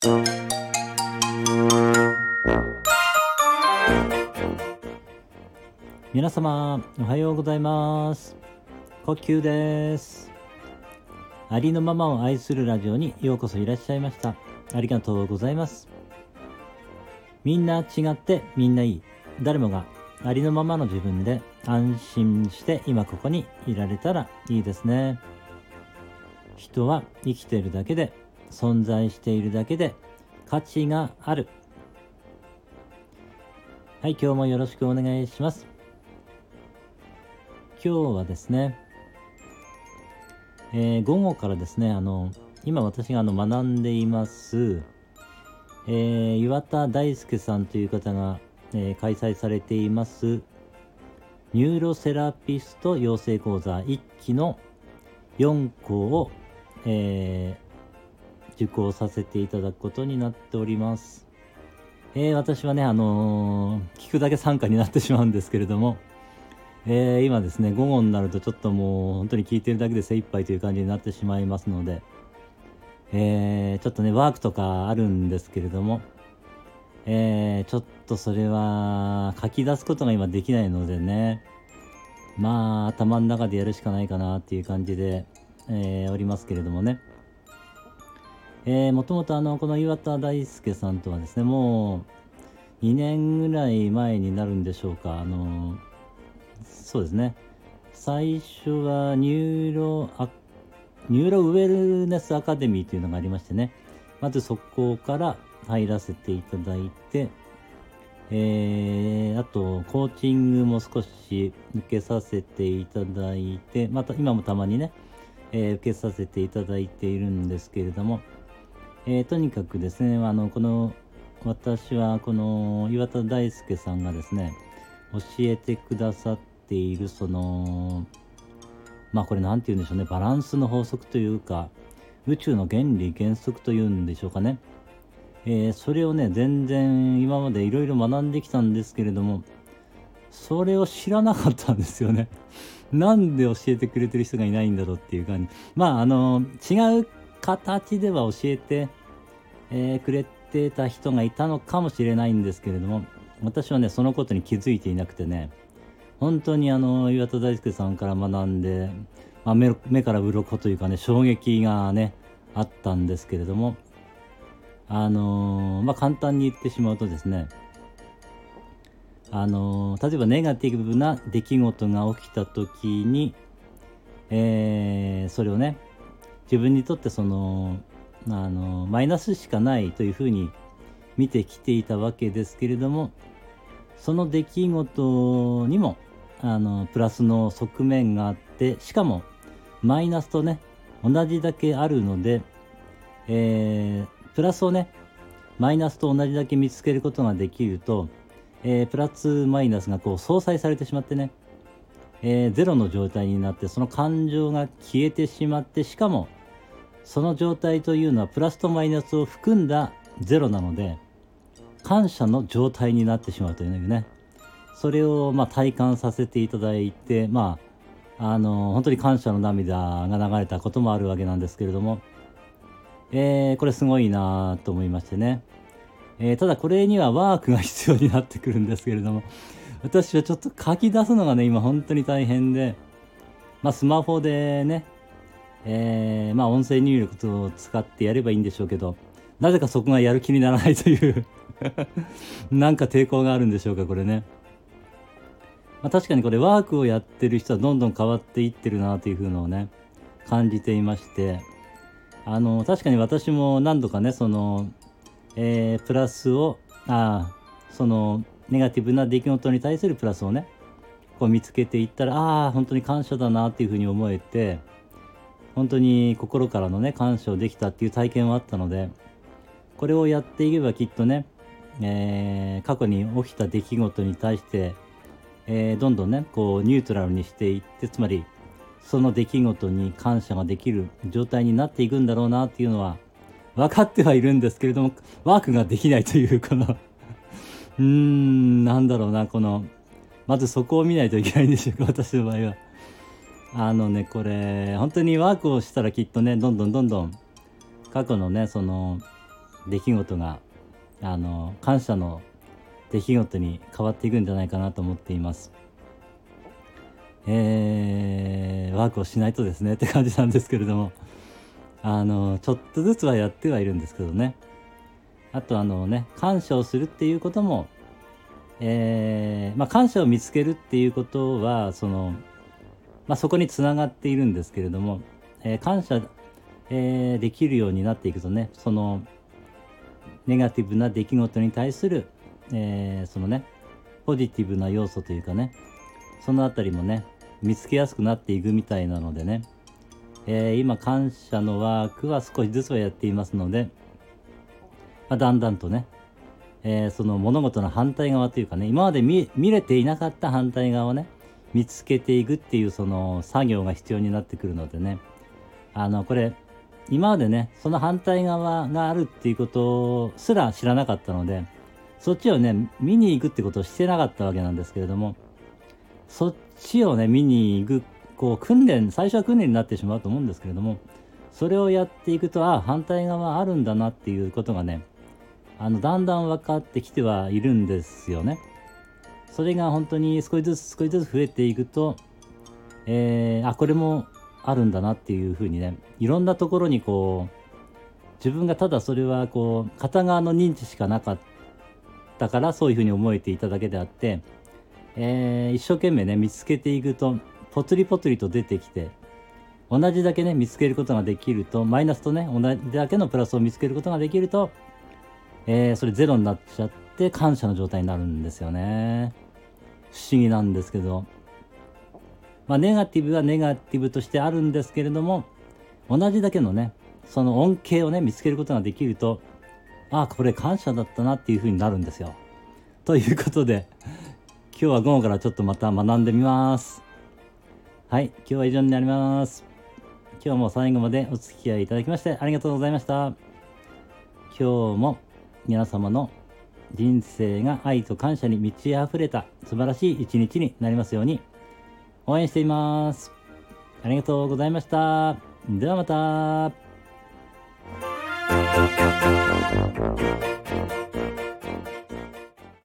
皆様おはようございます。呼吸です。ありのままを愛するラジオにようこそいらっしゃいました。ありがとうございます。みんな違ってみんないい。誰もがありのままの自分で安心して今ここにいられたらいいですね。人は生きているだけで、存在しているだけで価値がある。はい、今日もよろしくお願いします。今日はですね、午後からですね、今私が学んでいます、岩田大輔さんという方が、開催されていますニューロセラピスト養成講座1期の4校を、受講させていただくことになっております。私はね、聞くだけ参加になってしまうんですけれども、今ですね、午後になるとちょっともう本当に聞いてるだけで精一杯という感じになってしまいますので、ちょっとねワークとかあるんですけれども、ちょっとそれは書き出すことが今できないのでね、まあ頭の中でやるしかないかなっていう感じで、おりますけれどもね、もともとこの岩田大輔さんとはですね、もう2年ぐらい前になるんでしょうか。そうですね、最初はニューロウェルネスアカデミーというのがありましてね、まずそこから入らせていただいて、あとコーチングも少し受けさせていただいて、また今もたまにね、受けさせていただいているんですけれども、とにかくですね、私はこの岩田大輔さんがですね教えてくださっているこれなんて言うんでしょうね、バランスの法則というか宇宙の原理原則というんでしょうかね、それをね全然今までいろいろ学んできたんですけれども、それを知らなかったんですよね。なんで教えてくれてる人がいないんだろうっていう感じ。違う形では教えて、くれてた人がいたのかもしれないんですけれども、私はねそのことに気づいていなくてね、本当に岩田大輔さんから学んで、目から鱗というかね、衝撃がねあったんですけれども、簡単に言ってしまうとですね、例えばネガティブな出来事が起きた時に、それをね自分にとってマイナスしかないというふうに見てきていたわけですけれども、その出来事にもプラスの側面があって、しかもマイナスとね同じだけあるので、プラスをねマイナスと同じだけ見つけることができると、プラスマイナスが相殺されてしまってね、ゼロの状態になって、その感情が消えてしまって、しかもその状態というのはプラスとマイナスを含んだゼロなので、感謝の状態になってしまうというね、それを体感させていただいて、本当に感謝の涙が流れたこともあるわけなんですけれども、これすごいなと思いましてね、ただこれにはワークが必要になってくるんですけれども、私はちょっと書き出すのがね今本当に大変で、スマホでね、音声入力を使ってやればいいんでしょうけど、なぜかそこがやる気にならないというなんか抵抗があるんでしょうかこれね。確かにこれワークをやってる人はどんどん変わっていってるなというのをね感じていまして、確かに私も何度かねプラスをネガティブな出来事に対するプラスをね見つけていったら、本当に感謝だなっていうふうに思えて、本当に心からのね感謝をできたっていう体験はあったので、これをやっていけばきっとね、過去に起きた出来事に対して、どんどんねニュートラルにしていって、つまりその出来事に感謝ができる状態になっていくんだろうなっていうのは分かってはいるんですけれども、ワークができないというこのなんだろうな、まずそこを見ないといけないんでしょうか私の場合は。これ本当にワークをしたらきっとねどんどん過去のね出来事が感謝の出来事に変わっていくんじゃないかなと思っています。ワークをしないとですねって感じなんですけれども、ちょっとずつはやってはいるんですけどね。あと感謝をするっていうことも、感謝を見つけるっていうことはそこにつながっているんですけれども、感謝、できるようになっていくとね、そのネガティブな出来事に対する、ポジティブな要素というかね、そのあたりもね見つけやすくなっていくみたいなのでね、今感謝のワークは少しずつはやっていますので、だんだんとね、その物事の反対側というかね、今まで見れていなかった反対側をね見つけていくっていうその作業が必要になってくるのでね、これ今までねその反対側があるっていうことすら知らなかったので、そっちをね見に行くってことをしてなかったわけなんですけれども、そっちをね見に行く最初は訓練になってしまうと思うんですけれども、それをやっていくと反対側あるんだなっていうことがねだんだん分かってきてはいるんですよね。それが本当に少しずつ増えていくと、これもあるんだなっていうふうにね、いろんなところに自分がただそれは片側の認知しかなかったからそういうふうに思えていただけであって、一生懸命ね見つけていくとポツリポツリと出てきて、同じだけね見つけることができると、マイナスとね同じだけのプラスを見つけることができると、それゼロになっちゃって感謝の状態になるんですよね。不思議なんですけど、ネガティブはネガティブとしてあるんですけれども、同じだけのねその恩恵をね見つけることができると、これ感謝だったなっていう風になるんですよ。ということで今日は午後からちょっとまた学んでみます。はい、今日は以上になります。今日も最後までお付き合いいただきましてありがとうございました。今日も皆様の人生が愛と感謝に満ち溢れた素晴らしい一日になりますように応援しています。ありがとうございました。ではまた。